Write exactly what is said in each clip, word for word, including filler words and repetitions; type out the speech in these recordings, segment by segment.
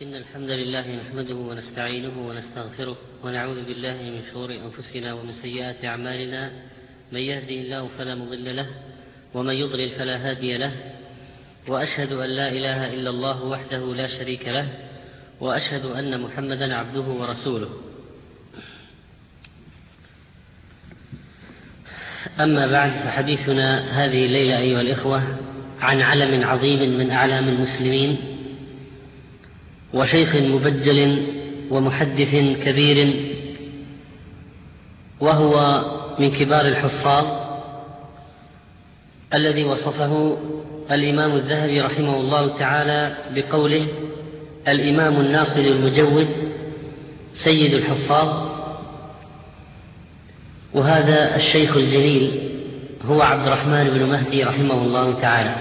إن الحمد لله نحمده ونستعينه ونستغفره ونعوذ بالله من شرور أنفسنا ومن سيئات أعمالنا. من يهده الله فلا مضل له ومن يضلل فلا هادي له، وأشهد أن لا إله إلا الله وحده لا شريك له، وأشهد أن محمدا عبده ورسوله. أما بعد، فحديثنا هذه الليلة أيها الإخوة عن علم عظيم من أعلام المسلمين، وشيخ مبجل ومحدث كبير، وهو من كبار الحفاظ الذي وصفه الإمام الذهبي رحمه الله تعالى بقوله: الإمام الناقل المجود سيد الحفاظ. وهذا الشيخ الجليل هو عبد الرحمن بن مهدي رحمه الله تعالى.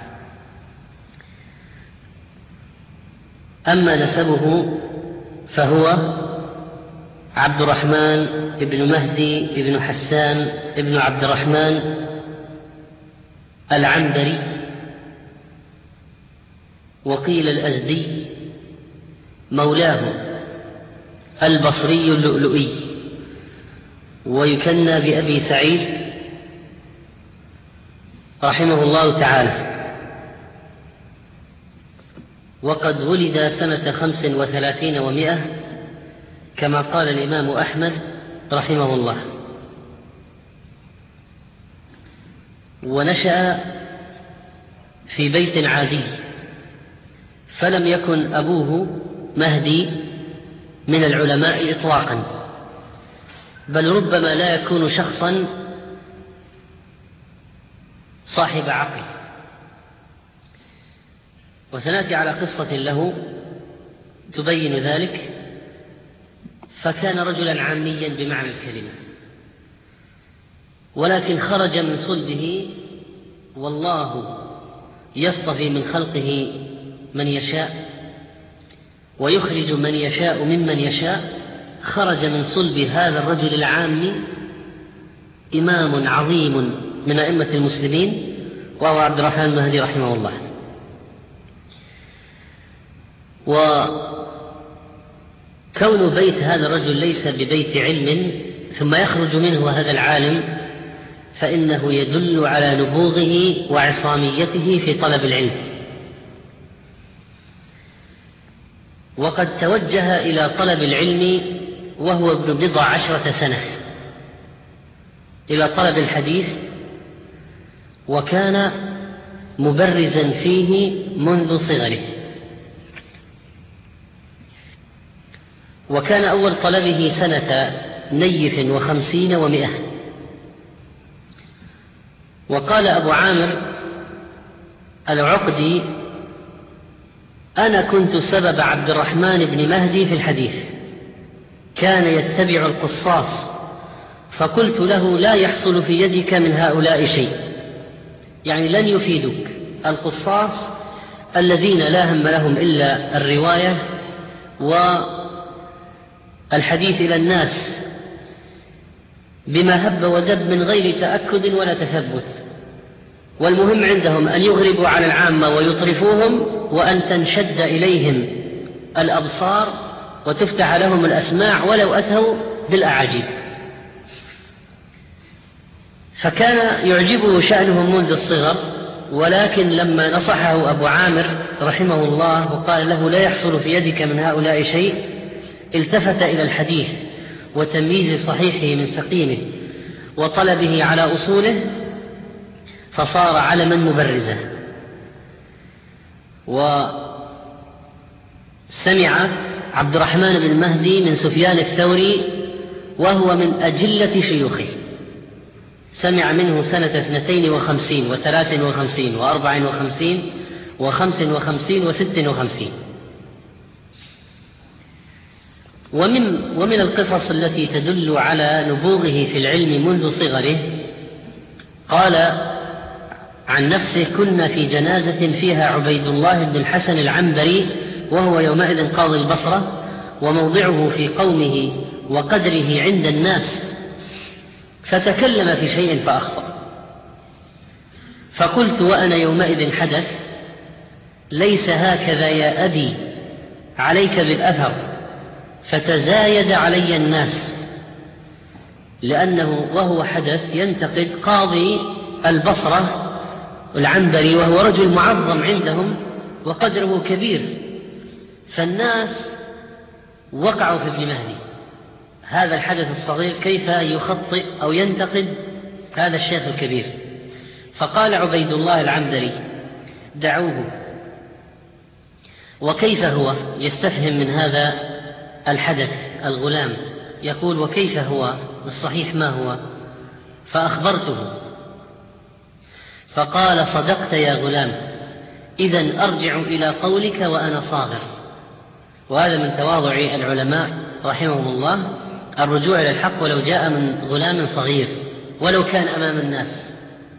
أما نسبه فهو عبد الرحمن بن مهدي بن حسان بن عبد الرحمن العنبري، وقيل الأزدي، مولاه البصري اللؤلؤي، ويكنى بأبي سعيد رحمه الله تعالى. وقد ولد سنة خمس وثلاثين ومائة كما قال الإمام أحمد رحمه الله. ونشأ في بيت عادي، فلم يكن أبوه مهدي من العلماء إطلاقا، بل ربما لا يكون شخصا صاحب عقل. وسنأتي على قصة له تبين ذلك. فكان رجلا عاميا بمعنى الكلمة، ولكن خرج من صلبه، والله يصطفي من خلقه من يشاء ويخرج من يشاء ممن يشاء. خرج من صلب هذا الرجل العامي إمام عظيم من أئمة المسلمين، وهو عبد الرحمن المهدي رحمه الله. وكون بيت هذا الرجل ليس ببيت علم ثم يخرج منه هذا العالم، فإنه يدل على نبوغه وعصاميته في طلب العلم. وقد توجه إلى طلب العلم وهو ابن بضع عشرة سنة إلى طلب الحديث، وكان مبرزا فيه منذ صغره. وكان أول طلبه سنة نيف وخمسين ومائة. وقال أبو عامر العقدي: أنا كنت سبب عبد الرحمن بن مهدي في الحديث، كان يتبع القصاص، فقلت له: لا يحصل في يدك من هؤلاء شيء، يعني لن يفيدك القصاص الذين لا هم لهم إلا الرواية والحديث إلى الناس بما هب ودب من غير تأكد ولا تثبت، والمهم عندهم أن يغربوا على العامة ويطرفوهم، وأن تنشد إليهم الأبصار وتفتح لهم الأسماع ولو أتوا بالأعاجيب. فكان يعجبه شأنهم منذ الصغر. ولكن لما نصحه أبو عامر رحمه الله وقال له: لا يحصل في يدك من هؤلاء شيء، التفت إلى الحديث وتمييز صحيحه من سقيمه وطلبه على أصوله، فصار علما مبرزا. وسمع عبد الرحمن بن مهدي من سفيان الثوري، وهو من أجلة شيوخه، سمع منه سنة اثنتين وخمسين وثلاث وخمسين وأربع وخمسين وخمس وخمسين وست وخمسين. ومن, ومن القصص التي تدل على نبوغه في العلم منذ صغره، قال عن نفسه: كنا في جنازة فيها عبيد الله بن الحسن العنبري، وهو يومئذ قاضي البصرة، وموضعه في قومه وقدره عند الناس، فتكلم في شيء فأخطأ. فقلت وأنا يومئذ حدث: ليس هكذا يا أبي عليك بالأثر، فتزايد علي الناس، لأنه وهو حدث ينتقد قاضي البصرة العنبري وهو رجل معظم عندهم وقدره كبير، فالناس وقعوا في ابن مهدي. هذا الحدث الصغير كيف يخطئ أو ينتقد هذا الشيخ الكبير؟ فقال عبيد الله العنبري: دعوه. وكيف هو؟ يستفهم من هذا الحدث الغلام، يقول: وكيف هو؟ الصحيح ما هو؟ فأخبرته، فقال: صدقت يا غلام، إذن أرجع إلى قولك وأنا صاغر. وهذا من تواضع العلماء رحمهم الله، الرجوع إلى الحق ولو جاء من غلام صغير ولو كان أمام الناس.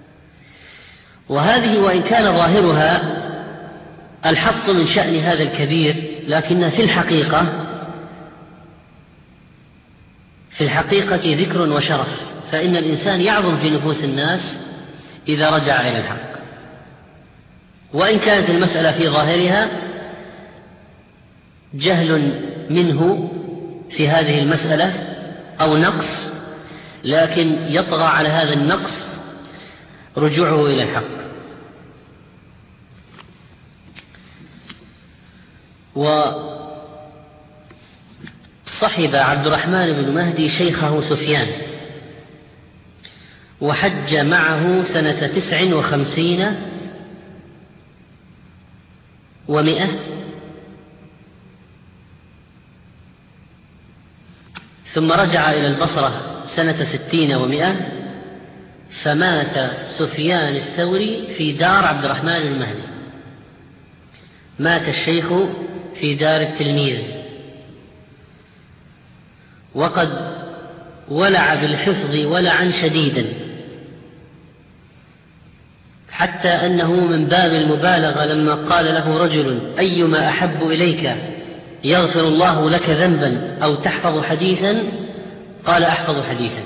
وهذه وإن كان ظاهرها الحق من شأن هذا الكبير، لكن في الحقيقة في الحقيقة ذكر وشرف، فإن الإنسان يعظم في نفوس الناس إذا رجع إلى الحق. وإن كانت المسألة في ظاهرها جهل منه في هذه المسألة أو نقص، لكن يطغى على هذا النقص رجوعه إلى الحق. وصحب عبد الرحمن بن مهدي شيخه سفيان، وحج معه سنة تسع وخمسين ومئة، ثم رجع إلى البصرة سنة ستين ومئة، فمات سفيان الثوري في دار عبد الرحمن بن مهدي. مات الشيخ في دار التلميذ، وقد ولع بالحفظ ولعا شديدا، حتى أنه من باب المبالغة لما قال له رجل: أيما أحب إليك، يغفر الله لك ذنبا أو تحفظ حديثا؟ قال: أحفظ حديثا.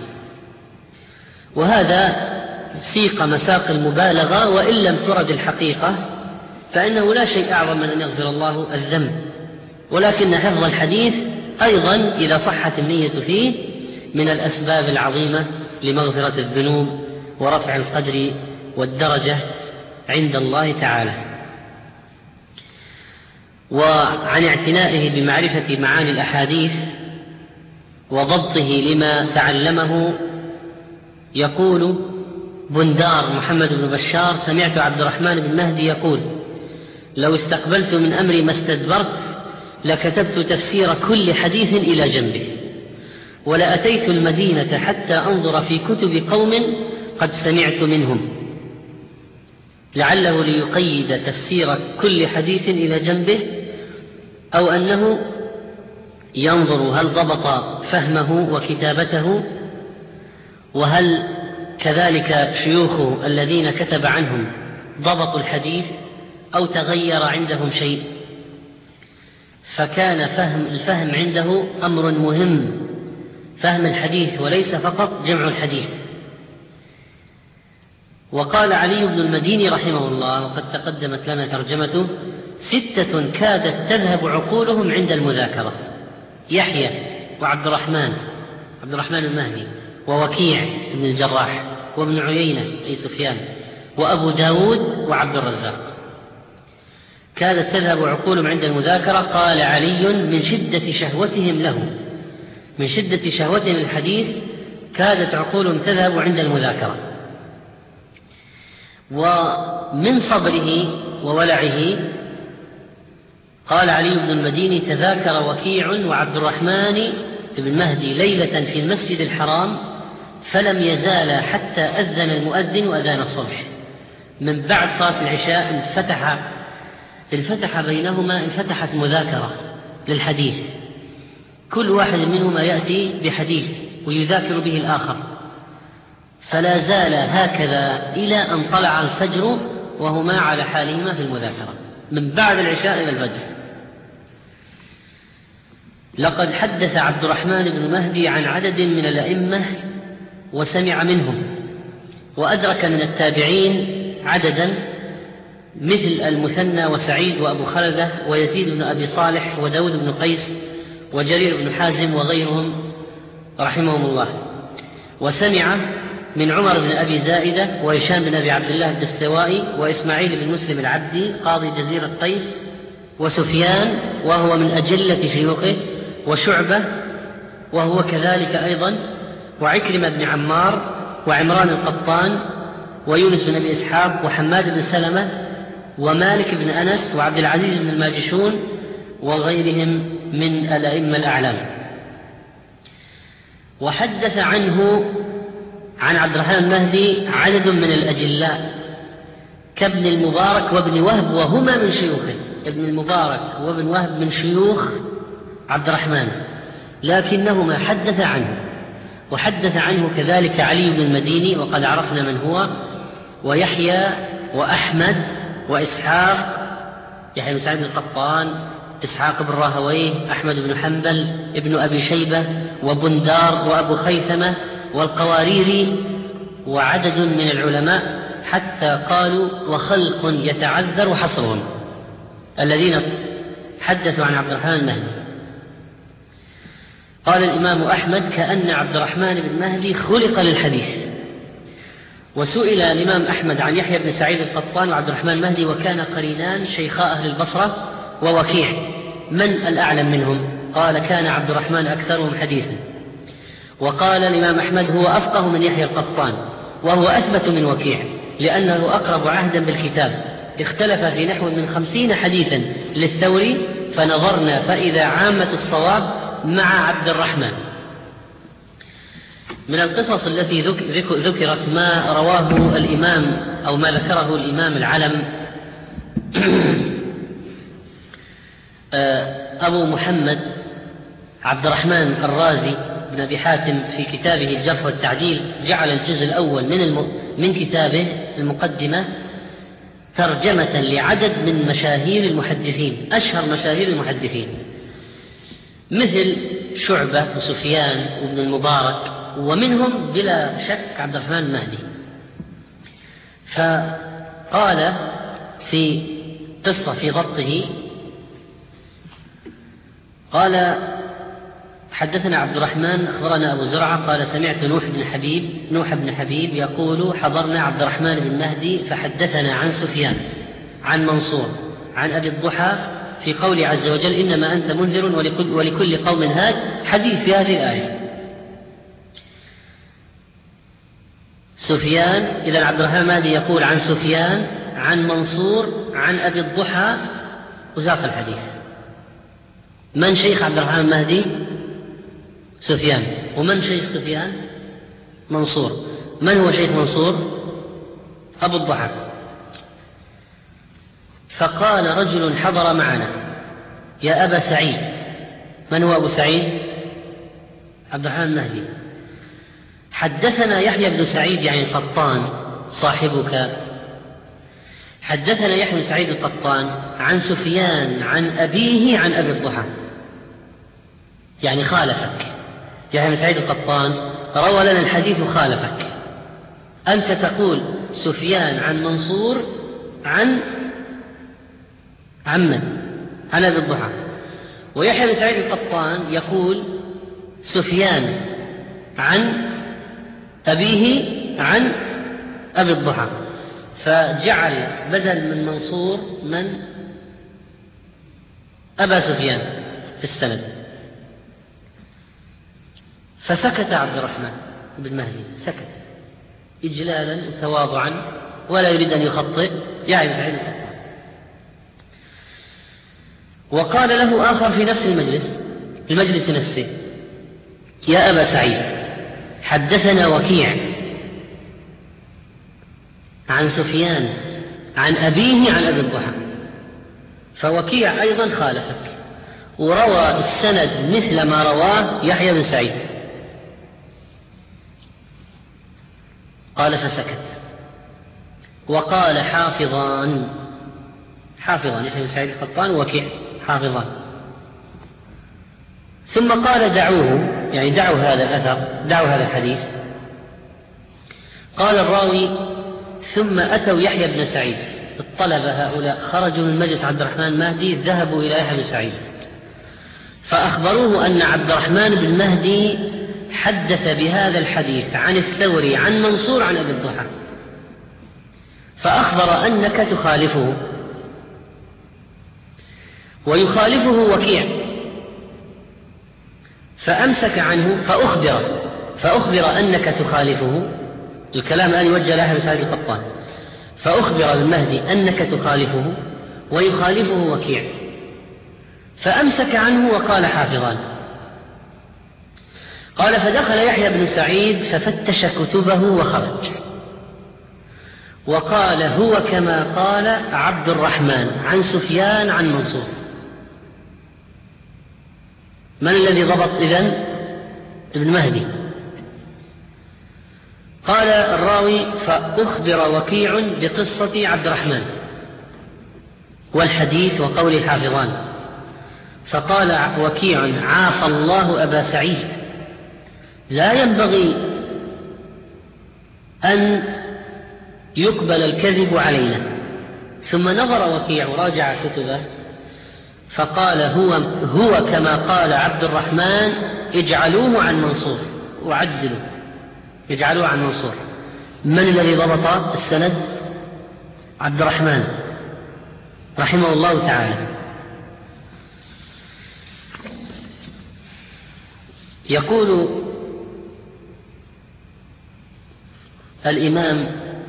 وهذا سيق مساق المبالغة، وإن لم ترد الحقيقة فإنه لا شيء أعظم من أن يغفر الله الذنب، ولكن حفظ الحديث أيضا إذا صحت النية فيه من الأسباب العظيمة لمغفرة الذنوب ورفع القدر والدرجة عند الله تعالى. وعن اعتنائه بمعرفة معاني الأحاديث وضبطه لما تعلمه يقول بندار محمد بن بشار: سمعت عبد الرحمن بن مهدي يقول: لو استقبلت من أمري ما استدبرت لكتبت تفسير كل حديث إلى جنبه، ولأتيت المدينة حتى أنظر في كتب قوم قد سمعت منهم، لعله ليقيد تفسير كل حديث إلى جنبه، أو أنه ينظر هل ضبط فهمه وكتابته، وهل كذلك شيوخه الذين كتب عنهم ضبطوا الحديث أو تغير عندهم شيء. فكان فهم الفهم عنده أمر مهم، فهم الحديث وليس فقط جمع الحديث. وقال علي بن المديني رحمه الله، وقد تقدمت لنا ترجمته: ستة كادت تذهب عقولهم عند المذاكرة: يحيى وعبد الرحمن عبد الرحمن المهدي، ووكيع بن الجراح، وابن عيينة أي سفيان، وأبو داود، وعبد الرزاق. كادت تذهب عقولهم عند المذاكرة. قال علي: من شدة شهوتهم له، من شدة شهوتهم الحديث كادت عقولهم تذهب عند المذاكرة. ومن صبره وولعه قال علي بن المديني: تذاكر وكيع وعبد الرحمن بن مهدي ليلة في المسجد الحرام، فلم يزالا حتى أذن المؤذن وأذان الصبح. من بعد صلاة العشاء انفتح انفتح بينهما انفتحت مذاكرة للحديث، كل واحد منهما يأتي بحديث ويذاكر به الآخر، فلا زال هكذا إلى أن طلع الفجر وهما على حالهما في المذاكرة، من بعد العشاء إلى الفجر. لقد حدث عبد الرحمن بن مهدي عن عدد من الأئمة وسمع منهم، وأدرك من التابعين عددا مثل المثنى وسعيد وأبو خلدة ويزيد بن أبي صالح وداود بن قيس وجرير بن حازم وغيرهم رحمهم الله. وسمع من عمر بن أبي زائدة وهشام بن أبي عبد الله الدستوائي وإسماعيل بن مسلم العبدي قاضي جزيرة قيس وسفيان وهو من أجلة شيوخه وشعبة وهو كذلك أيضا وعكرمة بن عمار وعمران القطان ويونس بن أبي إسحاق وحماد بن سلمة ومالك بن أنس وعبد العزيز بن الماجشون وغيرهم من الأئمة الأعلام. وحدث عنه عن عبد الرحمن المهدي عدد من الأجلاء كابن المبارك وابن وهب وهما من شيوخه. ابن المبارك وابن وهب من شيوخ عبد الرحمن، لكنهما حدث عنه. وحدث عنه كذلك علي بن المديني وقد عرفنا من هو، ويحيى وأحمد وإسحاق، يحيى بن سعيد القطان، إسحاق بن راهويه، أحمد بن حنبل، ابن أبي شيبة وبندار وأبو خيثمة والقواريري وعدد من العلماء، حتى قالوا وخلق يتعذر حصرهم الذين حدثوا عن عبد الرحمن المهدي. قال الإمام أحمد كأن عبد الرحمن بن مهدي خلق للحديث. وسئل الإمام أحمد عن يحيى بن سعيد القطان وعبد الرحمن المهدي وكان قرينان شيخاء أهل البصرة ووكيع، من الأعلم منهم؟ قال كان عبد الرحمن أكثرهم حديثا. وقال الإمام أحمد هو أفقه من يحيى القطان وهو أثبت من وكيع لأنه أقرب عهدا بالكتاب. اختلف في نحو من خمسين حديثا للثوري فنظرنا فإذا عامة الصواب مع عبد الرحمن. من القصص التي ذكرت ما رواه الإمام أو ما ذكره الإمام العلم أبو محمد عبد الرحمن الرازي بن أبي حاتم في كتابه الجرح والتعديل، جعل الجزء الأول من, الم... من كتابه المقدمة ترجمة لعدد من مشاهير المحدثين، أشهر مشاهير المحدثين مثل شعبة وسفيان وابن المبارك، ومنهم بلا شك عبد الرحمن المهدي. فقال في قصة في ضبطه قال حدثنا عبد الرحمن أخبرنا أبو زرعة قال سمعت نوح بن حبيب نوح بن حبيب يقول حضرنا عبد الرحمن بن مهدي فحدثنا عن سفيان عن منصور عن أبي الضحى في قول عز وجل إنما أنت منذر ولكل, ولكل قوم هاد، حديث في هذه الآية. سفيان إذا عبد الرحمن المهدي يقول عن سفيان عن منصور عن أبي الضحى وزاق الحديث. من شيخ عبد الرحمن المهدي؟ سفيان. ومن شيخ سفيان؟ منصور. من هو شيخ منصور؟ أبو الضحى. فقال رجل حضر معنا يا أبا سعيد. من هو أبو سعيد؟ عبد الرحمن المهدي. حدثنا يحيى بن سعيد يعني القطان صاحبك، حدثنا يحيى بن سعيد القطان عن سفيان عن أبيه عن أبي الضحى، يعني خالفك. يحيى بن سعيد القطان روى لنا الحديث خالفك، أنت تقول سفيان عن منصور عن عمن عن أبي الضحى، ويحيى بن سعيد القطان يقول سفيان عن أبيه عن أبي الضحى، فجعل بدل من منصور من أبا سفيان في السند. فسكت عبد الرحمن بن مهدي، سكت إجلالا وتواضعا ولا يريد أن يخطئ يحيى بن سعيد القطان. وقال له آخر في نفس المجلس المجلس نفسه يا أبا سعيد حدثنا وكيع عن سفيان عن أبيه عن أبي الضحى، فوكيع أيضا خالفك وروى السند مثل ما رواه يحيى بن سعيد. قال فسكت. وقال حافظان حافظان يحيى بن سعيد القطان ووكيع حافظان. ثم قال دعوه، يعني دعوا هذا الأثر، دعوا هذا الحديث. قال الراوي ثم أتوا يحيى بن سعيد الطلبة هؤلاء خرجوا من مجلس عبد الرحمن المهدي، ذهبوا إلى يحيى بن سعيد فأخبروه أن عبد الرحمن بن مهدي حدث بهذا الحديث عن الثوري عن منصور عن أبي الضحى، فأخبر أنك تخالفه ويخالفه وكيع، فأمسك عنه فأخبر فأخبر أنك تخالفه. الكلام الآن يوجه ليحيى بن سعيد القطان. فأخبر بالمهدي أنك تخالفه ويخالفه وكيع، فأمسك عنه وقال حافظان. قال فدخل يحيى بن سعيد ففتش كتبه وخرج وقال هو كما قال عبد الرحمن عن سفيان عن منصور. من الذي ضبط إذن؟ ابن مهدي. قال الراوي فأخبر وكيع بقصة عبد الرحمن والحديث وقول الحافظان، فقال وكيع عافى الله أبا سعيد، لا ينبغي أن يقبل الكذب علينا. ثم نظر وكيع وراجع كتبه فقال هو, هو كما قال عبد الرحمن اجعلوه عن منصور وعدلوا، اجعلوه عن منصور. من الذي ضبط السند؟ عبد الرحمن رحمه الله تعالى. يقول الإمام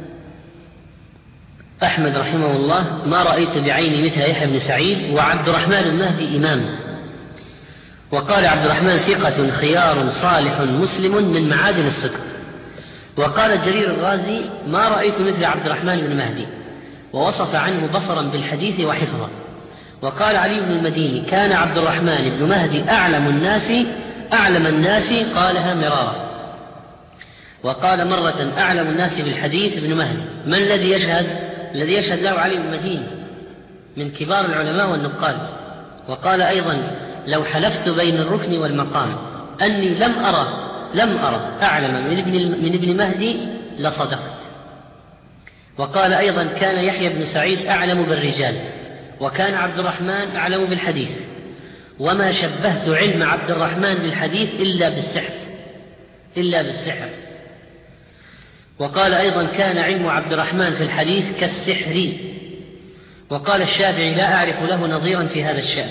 أحمد رحمه الله ما رأيت بعيني مثل يحيى بن سعيد وعبد الرحمن المهدي إمام. وقال عبد الرحمن ثقة خيار صالح مسلم من معادن الصدق. وقال جرير الرازي ما رأيت مثل عبد الرحمن بن مهدي، ووصف عنه بصرا بالحديث وحفظا. وقال علي بن المديني كان عبد الرحمن بن مهدي أعلم الناس أعلم الناس قالها مرارا. وقال مرة أعلم الناس بالحديث ابن مهدي. من الذي يشهد؟ الذي يشهد له علي بن المديني من كبار العلماء والنقال. وقال أيضا لو حلفت بين الركن والمقام أني لم أرى لم أرى أعلم من ابن, من ابن مهدي لصدقت. وقال أيضا كان يحيى بن سعيد أعلم بالرجال، وكان عبد الرحمن أعلم بالحديث، وما شبهت علم عبد الرحمن بالحديث إلا بالسحر إلا بالسحر. وقال أيضا كان علم عبد الرحمن في الحديث كالسحر. وقال الشافعي لا أعرف له نظيرا في هذا الشأن.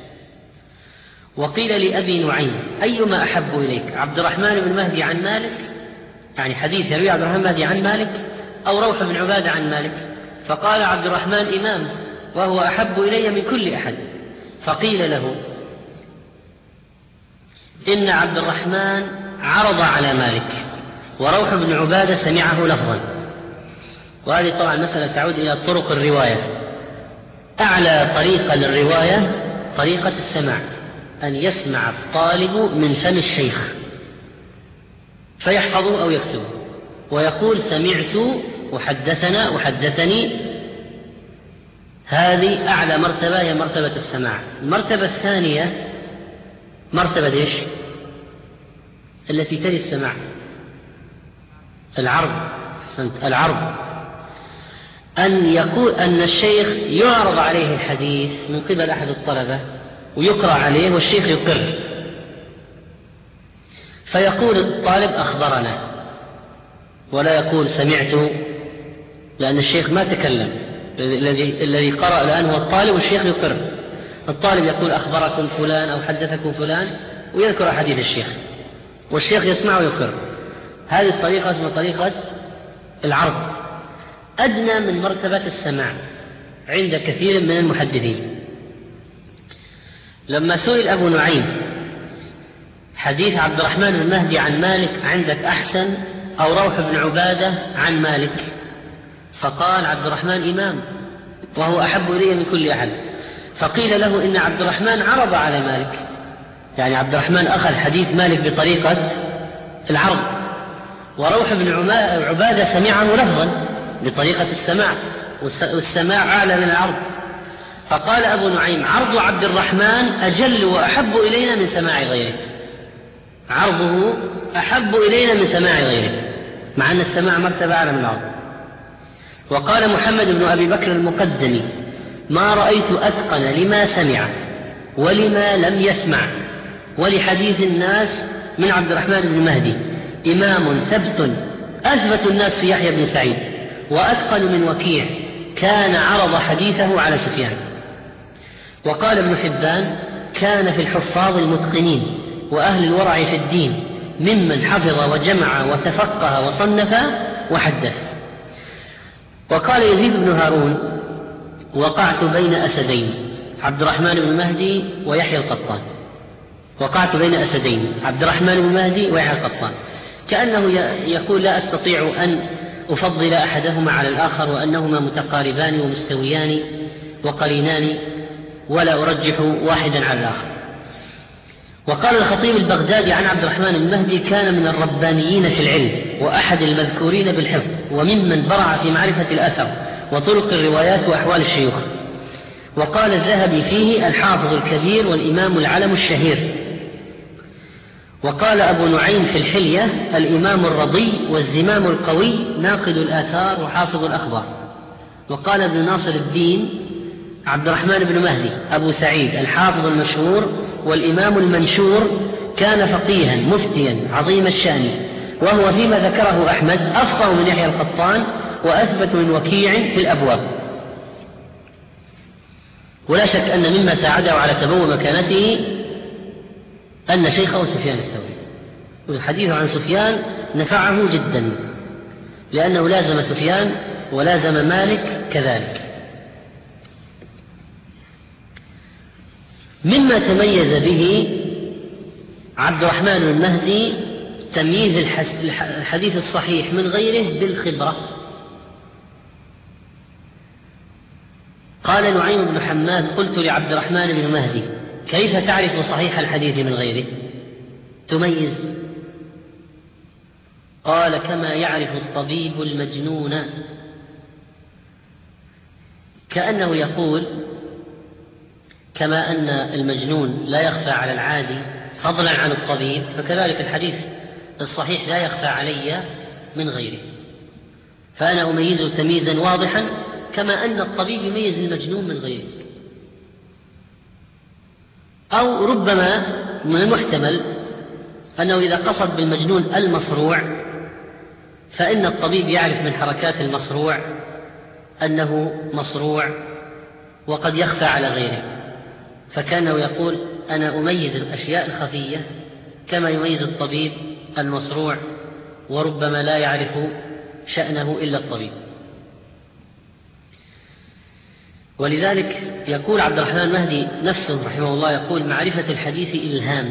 وقيل لأبي نعيم أيما أحب إليك عبد الرحمن بن مهدي عن مالك، يعني حديث يروي عبد الرحمن مهدي عن مالك، أو روح بن عبادة عن مالك؟ فقال عبد الرحمن إمام وهو أحب إلي من كل أحد. فقيل له إن عبد الرحمن عرض على مالك وروح بن عبادة سمعه لفظا. وهذه طبعا مسألة تعود إلى طرق الرواية. أعلى طريقة للرواية طريقة السماع، أن يسمع الطالب من فم الشيخ فيحفظه أو يكتبه ويقول سمعت وحدثنا وحدثني. هذه أعلى مرتبة هي مرتبة السماع. المرتبة الثانية مرتبة إيش؟ التي تلي السماع، العرض. العرض أن يكون أن الشيخ يعرض عليه الحديث من قبل أحد الطلبة ويقرأ عليه والشيخ يقر، فيقول الطالب أخبرنا ولا يقول سمعت، لأن الشيخ ما تكلم. الذي الذي قرأ الآن هو الطالب والشيخ يقر. الطالب يقول أخبركم فلان أو حدثكم فلان ويذكر حديث الشيخ، والشيخ يسمع ويقر. هذه الطريقة اسمها طريقة العرض، أدنى من مرتبة السماع عند كثير من المحدثين. لما سئل أبو نعيم حديث عبد الرحمن بن مهدي عن مالك عندك أحسن أو روح بن عبادة عن مالك؟ فقال عبد الرحمن إمام وهو أحب إلي من كل أحد. فقيل له إن عبد الرحمن عرض على مالك، يعني عبد الرحمن أخذ حديث مالك بطريقة العرض، وروح بن عبادة سمعه لفظا بطريقة السماع، والسماع أعلى من العرض. فقال أبو نعيم عرض عبد الرحمن أجل وأحب إلينا من سماع غيره، عرضه أحب إلينا من سماع غيره، مع أن السماع مرتبة أعلى من العرض. وقال محمد بن أبي بكر المقدمي: ما رأيت أتقن لما سمع ولما لم يسمع ولحديث الناس من عبد الرحمن بن مهدي، إمام ثبت أثبت الناس في يحيى بن سعيد، وأتقن من وكيع كان عرض حديثه على سفيان. وقال ابن حبان: كان في الحفاظ المتقنين وأهل الورع في الدين ممن حفظ وجمع وتفقه وصنف وحدث. وقال يزيد بن هارون: وقعت بين أسدين، عبد الرحمن بن مهدي ويحيى القطان. وقعت بين أسدين، عبد الرحمن بن مهدي ويحيى القطان، كأنه يقول: لا أستطيع أن أفضل أحدهما على الآخر، وأنهما متقاربان ومستويان وقرينان، ولا أرجح واحدا على الآخر. وقال الخطيب البغدادي عن عبد الرحمن بن مهدي: كان من الربانيين في العلم، وأحد المذكورين بالحفظ، وممن برع في معرفة الأثر وطرق الروايات وأحوال الشيوخ. وقال الذهبي فيه: الحافظ الكبير والإمام العلم الشهير. وقال أبو نعيم في الحلية: الإمام الرضي والزمام القوي ناقد الآثار وحافظ الأخبار. وقال ابن ناصر الدين: عبد الرحمن بن مهدي أبو سعيد الحافظ المشهور والإمام المنشور، كان فقيها مفتيا عظيم الشأن، وهو فيما ذكره أحمد أفقه من يحيى القطان وأثبت من وكيع في الأبواب. ولا شك أن مما ساعده على تبوء مكانته أن شيخه سفيان الثوري، والحديث عن سفيان نفعه جدا، لأنه لازم سفيان ولازم مالك كذلك. مما تميز به عبد الرحمن بن مهدي تمييز الحديث الصحيح من غيره بالخبرة. قال نعيم بن حماد: قلت لعبد الرحمن بن مهدي: كيف تعرف صحيح الحديث من غيره؟ تميز. قال: كما يعرف الطبيب المجنون. كأنه يقول: كما أن المجنون لا يخفى على العادي فضلا عن الطبيب، فكذلك الحديث الصحيح لا يخفى علي من غيره، فأنا أميزه تمييزا واضحا كما أن الطبيب يميز المجنون من غيره. أو ربما من المحتمل أنه إذا قصد بالمجنون المصروع، فإن الطبيب يعرف من حركات المصروع أنه مصروع وقد يخفى على غيره، فكانه يقول: أنا أميز الأشياء الخفية كما يميز الطبيب المصروع، وربما لا يعرف شأنه إلا الطبيب. ولذلك يقول عبد الرحمن المهدي نفسه رحمه الله، يقول: معرفة الحديث إلهام.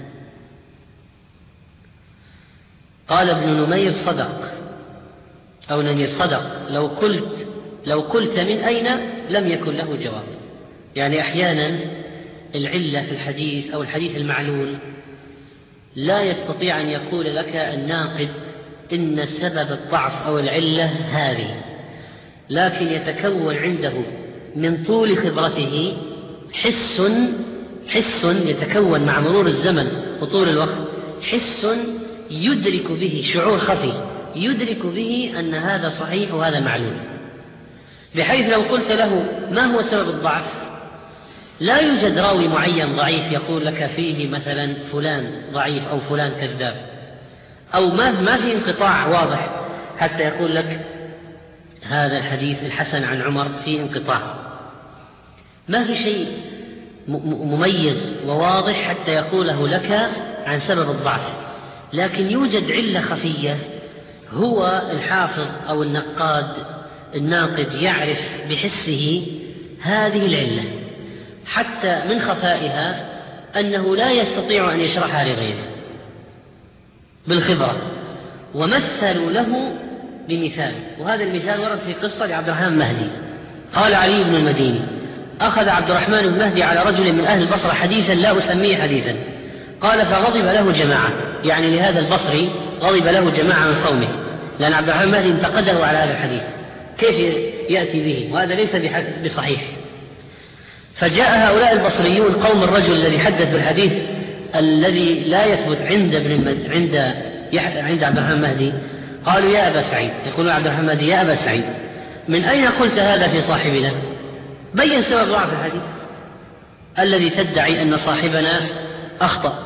قال ابن نمير: صدق أو نمير صدق، لو قلت لو قلت من أين لم يكن له جواب. يعني أحيانا العلة في الحديث أو الحديث المعلول لا يستطيع أن يقول لك الناقد إن سبب الضعف أو العلة هذه، لكن يتكون عنده من طول خبرته حس حس يتكون مع مرور الزمن وطول الوقت، حس يدرك به، شعور خفي يدرك به أن هذا صحيح وهذا معلول، بحيث لو قلت له ما هو سبب الضعف لا يوجد راوي معين ضعيف يقول لك فيه مثلا فلان ضعيف أو فلان كذاب، أو ما ما في انقطاع واضح حتى يقول لك هذا الحديث الحسن عن عمر فيه انقطاع. ما في شيء مميز وواضح حتى يقوله لك عن سبب الضعف، لكن يوجد علة خفية هو الحافظ أو النقاد الناقد يعرف بحسه هذه العلة، حتى من خفائها أنه لا يستطيع أن يشرحها لغيره بالخبرة، ومثلوا له بمثال. وهذا المثال ورد في قصة لعبد الرحمن المهدي. قال علي بن المديني: أخذ عبد الرحمن المهدي على رجل من أهل البصرة حديثا لا أسميه حديثا، قال فغضب له جماعة، يعني لهذا البصري غضب له جماعة من قومه، لأن عبد الرحمن المهدي انتقده على هذا الحديث، كيف يأتي به وهذا ليس بصحيح. فجاء هؤلاء البصريون قوم الرجل الذي حدث بالحديث الذي لا يثبت عند ابن المد... عند يح... عند عبد الرحمن المهدي، قالوا: يا أبا سعيد، يقولون عبد الرحمن المهدي: يا أبا سعيد، من أين قلت هذا في صاحبنا؟ بين سبب ضعف الحديث الذي تدعي أن صاحبنا أخطأ.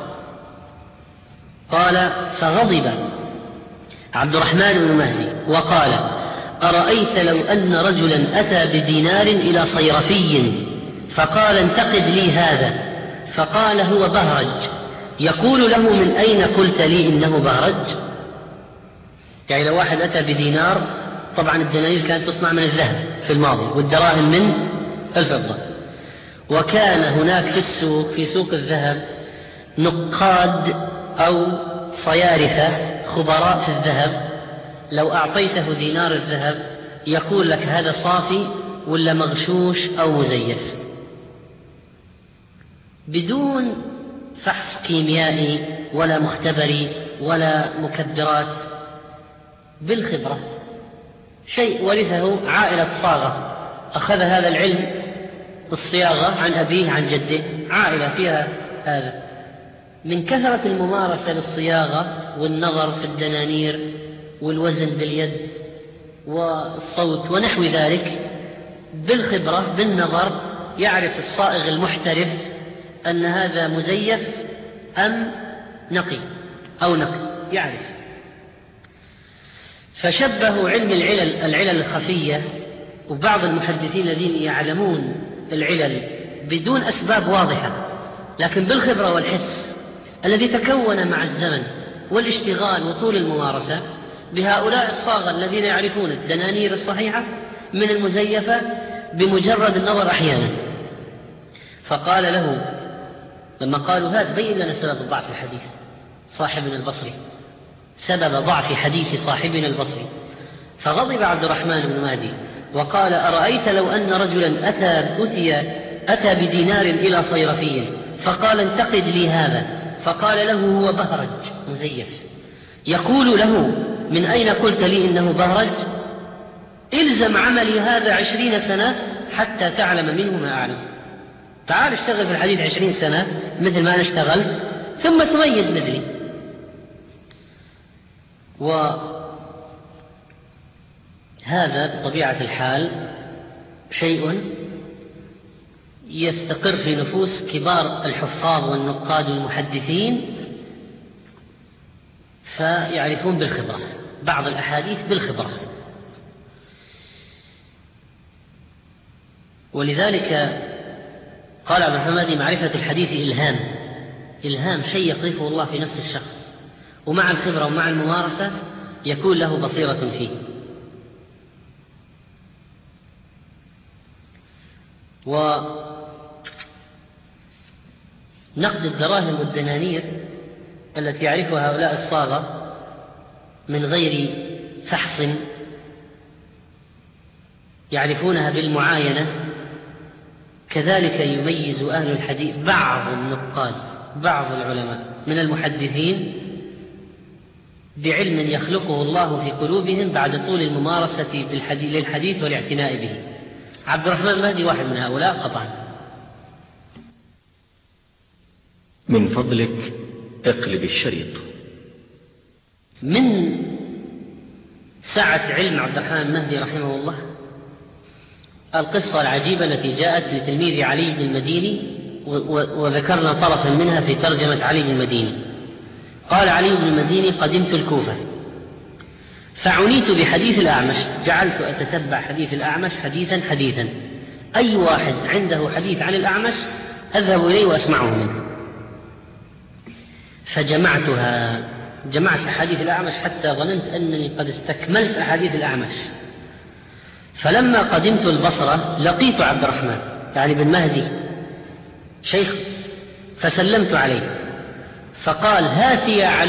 قال: فغضب عبد الرحمن بن مهدي وقال: أرأيت لو أن رجلا أتى بدينار إلى صيرفي فقال: انتقد لي هذا، فقال: هو بهرج، يقول له: من أين قلت لي إنه بهرج؟ يعني لو واحد أتى بدينار، طبعا الدنانير كانت تصنع من الذهب في الماضي والدراهم من الفضة، وكان هناك في السوق في سوق الذهب نقاد أو صيارفة خبراء في الذهب، لو أعطيته دينار الذهب يقول لك هذا صافي ولا مغشوش أو مزيف، بدون فحص كيميائي ولا مختبري ولا مكدرات، بالخبرة. شيء ورثه عائلة صاغة، أخذ هذا العلم الصياغة عن أبيه عن جده، عائلة فيها هذا، من كثرة الممارسة للصياغة والنظر في الدنانير والوزن باليد والصوت ونحو ذلك، بالخبرة بالنظر يعرف الصائغ المحترف أن هذا مزيف أم نقي أو نقي، يعرف. فشبهوا علم العلل العلل الخفية، وبعض المحدثين الذين يعلمون العلل بدون أسباب واضحة لكن بالخبرة والحس الذي تكون مع الزمن والاشتغال وطول الممارسة، بهؤلاء الصاغة الذين يعرفون الدنانير الصحيحة من المزيفة بمجرد النظر أحيانا. فقال له لما قالوا: هذا بين لنا سبب ضعف الحديث صاحبنا البصري، سبب ضعف حديث صاحبنا البصري. فغضب عبد الرحمن بن مهدي وقال: أرأيت لو أن رجلا أتى, أتي أتى بدينار إلى صيرفي فقال: انتقد لي هذا، فقال له: هو بهرج مزيف، يقول له: من أين قلت لي إنه بهرج؟ إلزم عملي هذا عشرين سنة حتى تعلم منه ما أعلم. تعال اشتغل في الحديث عشرين سنة مثل ما أنا اشتغلت ثم تميز مثلي. وهذا بطبيعة الحال شيء يستقر في نفوس كبار الحفاظ والنقاد والمحدثين، فيعرفون بالخبرة بعض الأحاديث بالخبرة. ولذلك قال ابن حمادي: معرفة الحديث إلهام، إلهام شيء يقذفه الله في نفس الشخص، ومع الخبرة ومع الممارسة يكون له بصيرة فيه. ونقد الدراهم والدنانير التي يعرفها هؤلاء الصاغة من غير فحص، يعرفونها بالمعاينة، كذلك يميز أهل الحديث بعض النقاد بعض العلماء من المحدثين بعلم يخلقه الله في قلوبهم بعد طول الممارسة للحديث والاعتناء به. عبد الرحمن المهدي واحد من هؤلاء قطعا. من فضلك اقلب الشريط. من سعة علم عبد الرحمن المهدي رحمه الله القصة العجيبة التي جاءت لتلميذ علي بن المديني، وذكرنا طرفا منها في ترجمة علي بن المديني. قال علي بن المديني: قدمت الكوفة فعنيت بحديث الأعمش، جعلت أتتبع حديث الأعمش حديثا حديثا، أي واحد عنده حديث عن الأعمش أذهب إليه وأسمعه منه، فجمعتها جمعت أحاديث الأعمش حتى ظننت أنني قد استكملت أحاديث الأعمش. فلما قدمت البصرة لقيت عبد الرحمن يعني بن مهدي شيخ، فسلمت عليه فقال: هات يا علي